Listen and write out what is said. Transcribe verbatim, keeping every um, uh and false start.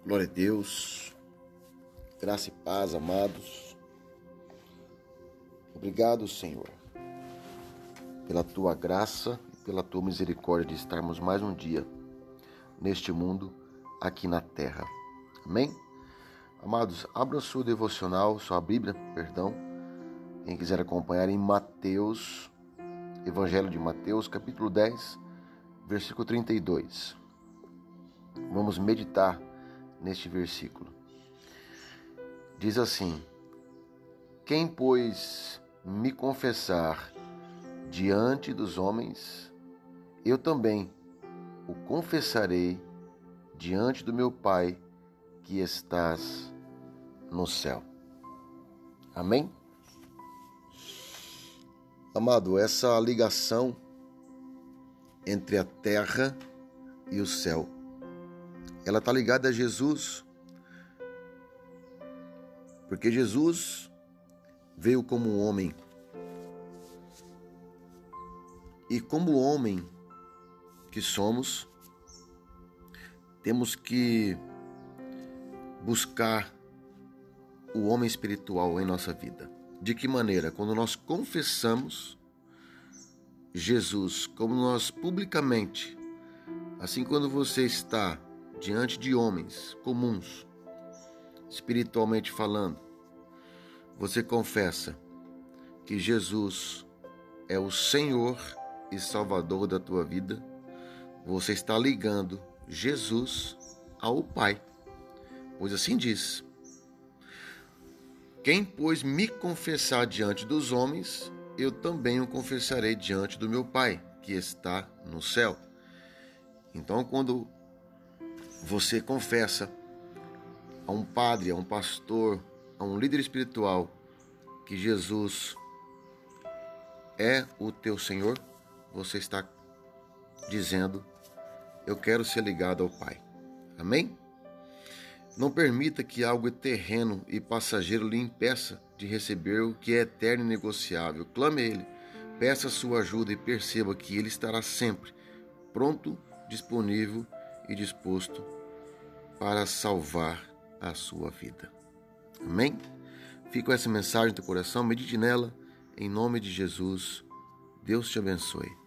Glória a Deus, graça e paz, amados. Obrigado, Senhor, pela Tua graça e pela Tua misericórdia de estarmos mais um dia neste mundo, aqui na terra. Amém? Amados, abra sua devocional, sua Bíblia, perdão, quem quiser acompanhar em Mateus, Evangelho de Mateus, capítulo dez, versículo trinta e dois. Vamos meditar neste versículo. Diz assim: quem, pois, me confessar diante dos homens, eu também o confessarei diante do meu Pai que estás no céu. Amém? Amado, essa ligação entre a terra e o céu, ela está ligada a Jesus, porque Jesus veio como um homem, e como homem que somos, temos que buscar o homem espiritual em nossa vida. De que maneira? Quando nós confessamos Jesus, como nós publicamente, assim quando você está diante de homens comuns, espiritualmente falando, você confessa que Jesus é o Senhor e Salvador da tua vida, você está ligando Jesus ao Pai, pois assim diz: quem, pois, me confessar diante dos homens, eu também o confessarei diante do meu Pai, que está no céu. Então, quando você confessa a um padre, a um pastor, a um líder espiritual que Jesus é o teu Senhor, você está dizendo: eu quero ser ligado ao Pai. Amém? Não permita que algo terreno e passageiro lhe impeça de receber o que é eterno e negociável. Clame a Ele, peça a sua ajuda e perceba que Ele estará sempre pronto, disponível e disposto para salvar a sua vida. Amém? Fica com essa mensagem no teu coração, medite nela, em nome de Jesus. Deus te abençoe.